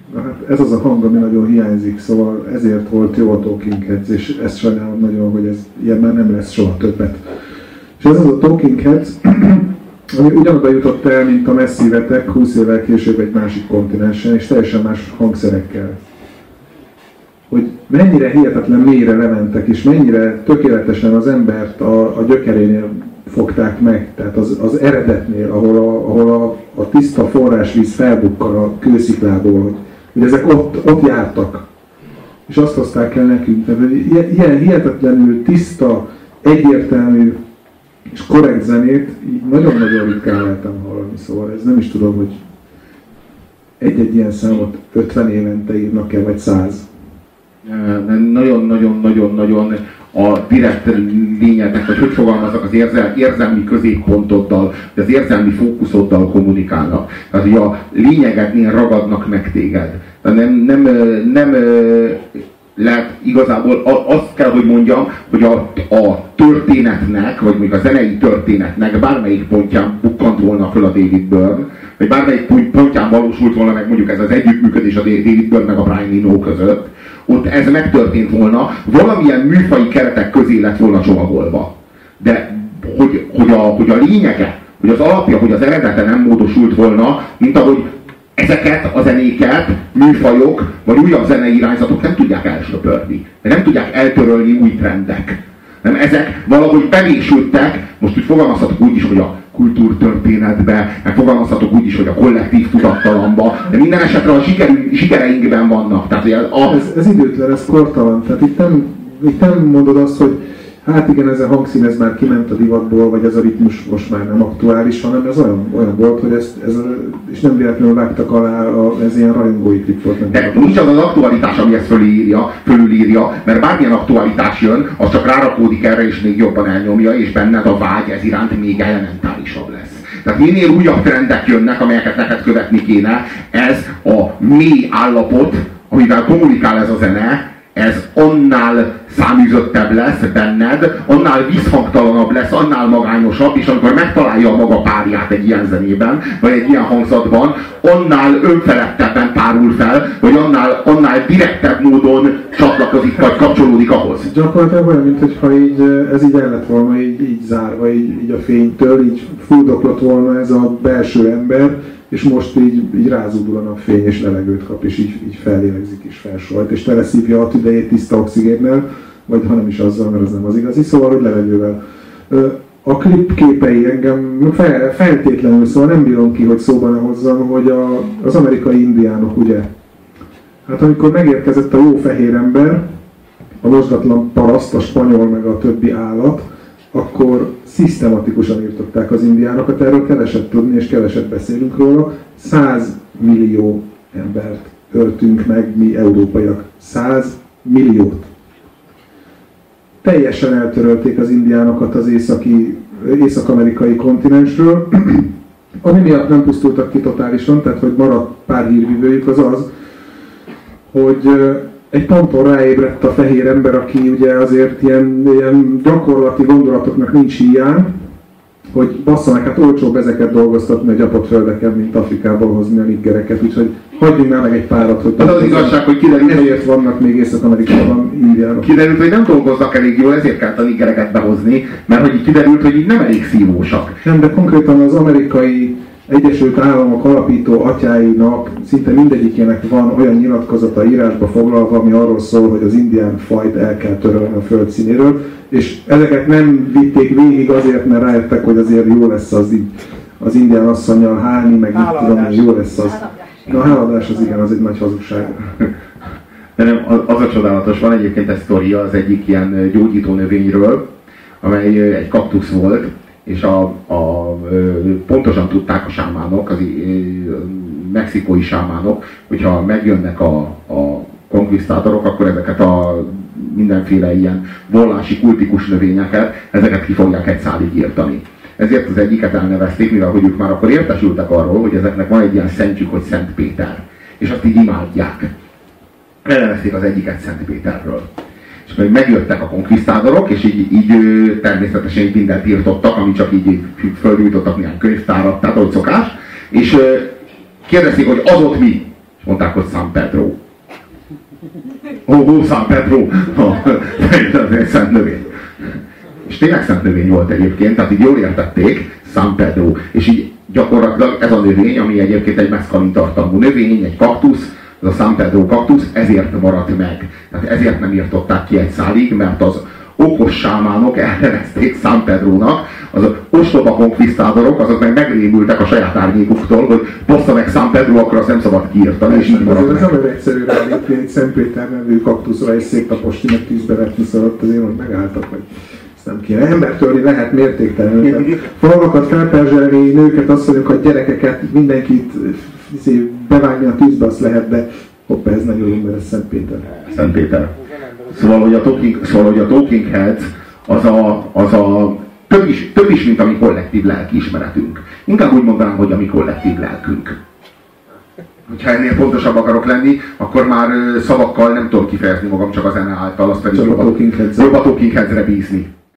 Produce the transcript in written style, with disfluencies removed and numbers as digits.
Na hát ez az a hang, ami nagyon hiányzik, szóval ezért volt jó a Talking Heads, és ezt sajnálom nagyon, hogy ez ilyen már nem lesz soha többet. És ez az a Talking Heads, ami ugyanoda jutott el, mint a Massive-etek 20 évvel később egy másik kontinensen, és teljesen más hangszerekkel. Hogy mennyire hihetetlen mélyre lementek, és mennyire tökéletesen az embert a gyökerénél fogták meg, tehát az eredetnél, ahol a tiszta forrásvíz felbukkan a kősziklából, hogy ezek ott jártak. És azt hozták el nekünk, tehát ilyen hihetetlenül tiszta, egyértelmű és korrekt zenét így nagyon-nagyon ritkán lehetem hallani, szóval ez nem is tudom, hogy egy-egy ilyen számot 50 évente írnak-e, vagy 100. Nagyon-nagyon-nagyon-nagyon a direkt lényednek, vagy hogy fogalmazok, az érzelmi középpontoddal, vagy az érzelmi fókuszoddal kommunikálnak. Tehát, hogy a lényegednél ragadnak meg téged. Tehát nem lehet igazából, azt kell, hogy mondjam, hogy a történetnek, vagy még a zenei történetnek bármelyik pontján bukkant volna föl a David Byrne, vagy bármelyik pontján valósult volna meg mondjuk ez az együttműködés a David Byrne meg a Brian Eno között, ott ez megtörtént volna, valamilyen műfai keretek közé lett volna csomagolva. De hogy a lényege, hogy az alapja, hogy az eredete nem módosult volna, mint ahogy ezeket a zenéket, műfajok, vagy újabb zenei irányzatok nem tudják elsöpörni. Nem tudják eltörölni új trendek. Nem, ezek valahogy bevésültek, most úgy fogalmazhatok úgy is, hogy a kultúrtörténetbe, meg fogalmazhatok úgy is, hogy a kollektív tudattalanba, de minden esetre a sikereinkben vannak. Tehát, ez időtlen, ez kortalan. Tehát itt nem mondod azt, hogy hát igen, ez a hangszín ez már kiment a divatból, vagy ez a ritmus most már nem aktuális, hanem ez olyan volt, hogy és nem véletlenül vágtak alá, ez ilyen rajongói klip volt. De nincs az aktualitás, ami ezt fölülírja, mert bármilyen aktualitás jön, az csak rárakódik erre, és még jobban elnyomja, és benned a vágy ez iránt még elementárisabb lesz. Tehát minél újabb trendek jönnek, amelyeket neked követni kéne, ez a mély állapot, amivel kommunikál ez a zene, ez annál száműzöttebb lesz benned, annál visszhangtalanabb lesz, annál magányosabb, és amikor megtalálja a maga párját egy ilyen zenében, vagy egy ilyen hangzatban, annál önfelettebben tárul fel, vagy annál direktebb módon csatlakozik, vagy kapcsolódik ahhoz. Gyakorlatilag olyan, mintha ez így el lett volna így zárva, így a fénytől, így fuldoklott volna ez a belső ember, és most így rázúdul a napfény, és levegőt kap, és így fellélegzik, és felsolt, és teleszívja a tüdejét tiszta oxigénnel, vagy ha nem is azzal, mert az nem az igazi, szóval, hogy levegővel. A klip képei engem feltétlenül, szóval nem bírom ki, hogy szóban ne hozzam, hogy az amerikai indiánok, ugye, hát amikor megérkezett a jó fehér ember, a mozgatlan paraszt, a spanyol meg a többi állat, akkor szisztematikusan írtották az indiánokat, erről keveset tudni, és keveset beszélünk róla. 100 millió embert öltünk meg, mi európaiak. 100 milliót. Teljesen eltörölték az indiánokat az észak-amerikai kontinensről, ami miatt nem pusztultak ki totálisan, tehát hogy maradt pár hírvívőjük, az, hogy egy ponton ráébredt a fehér ember, aki ugye azért ilyen gyakorlati gondolatoknak nincs hiány, hogy bassza meg, hát olcsóbb ezeket dolgoztatni a gyapott földeken, mint Afrikából hozni a niggereket, úgyhogy hagyjunk már meg egy párat, hogy az igazság, hogy kiderült, ezért vannak még Észak-Amerikában indiánok. Kiderült, hogy nem dolgoznak elég jól, ezért kellett a niggereket behozni, mert hogy így kiderült, hogy így nem elég szívósak. Nem, de konkrétan az amerikai Egyesült Államok alapító atyáinak szinte mindegyikének van olyan nyilatkozata írásba foglalva, ami arról szól, hogy az indián fajt el kell törölni a föld színéről, és ezeket nem vitték végig azért, mert rájöttek, hogy azért jó lesz az indián asszonnyal hálni, meg így tudom, hogy jó lesz az. A háladás az igen, az egy nagy hazugság. De nem, az a csodálatos, van egyébként egy sztoria az egyik ilyen gyógyító növényről, amely egy kaktusz volt, és pontosan tudták a sámánok, az mexikói sámánok, hogyha megjönnek a konkvisztátorok, akkor ezeket a mindenféle ilyen vallási kultikus növényeket, ezeket ki fogják egy szálig írtani. Ezért az egyiket elnevezték, mivel hogy ők már akkor értesültek arról, hogy ezeknek van egy ilyen szentjük, hogy Szent Péter. És azt így imádják. Elnevezték az egyiket Szent Péterről. És akkor megjöttek a konkvisztádorok, és így természetesen mindent írtottak, ami csak így földgyújtottak néhány könyvtárat, tehát ahogy szokás. És kérdezték, hogy az ott mi? És mondták, hogy San Pedro. San Pedro! Szent növény. És tényleg szent növény volt egyébként, tehát így jól értették, San Pedro. És így gyakorlatilag ez a növény, ami egyébként egy meszkalin tartalmú növény, egy kaktusz, ez a San Pedro kaktusz, ezért maradt meg. Tehát ezért nem írtották ki egy szálig, mert az okos sámánok elnevezték San Pedrónak, az ostoba konkvisztádorok, azok meg megrémültek a saját árnyékuktól, hogy bassza meg San Pedro, akkor azt nem szabad kiírtani, és így maradt meg. Ez nem egyszerű ráállítani egy Szentpéter nevű kaktuszra, és széttaposti, meg tűzbe vetni, szóval azért most megálltak, hogy ezt nem kéne. Embertölni lehet mértéktelenül. Falvakat felperzselni, nőket, asszonyokat, gyerekeket, mindenkit bevágni a tűzbe, azt lehet, de hoppá, ez nagyon jó, mert ez Szentpéter. Szóval, hogy a Talking Heads az a több is, mint a mi kollektív lelkiismeretünk. Inkább úgy mondanám, hogy a mi kollektív lelkünk. Hogyha ennél pontosabb akarok lenni, akkor már szavakkal nem tudom kifejezni magam, csak a zene által, azt pedig jobb a Talking Headsre bízni.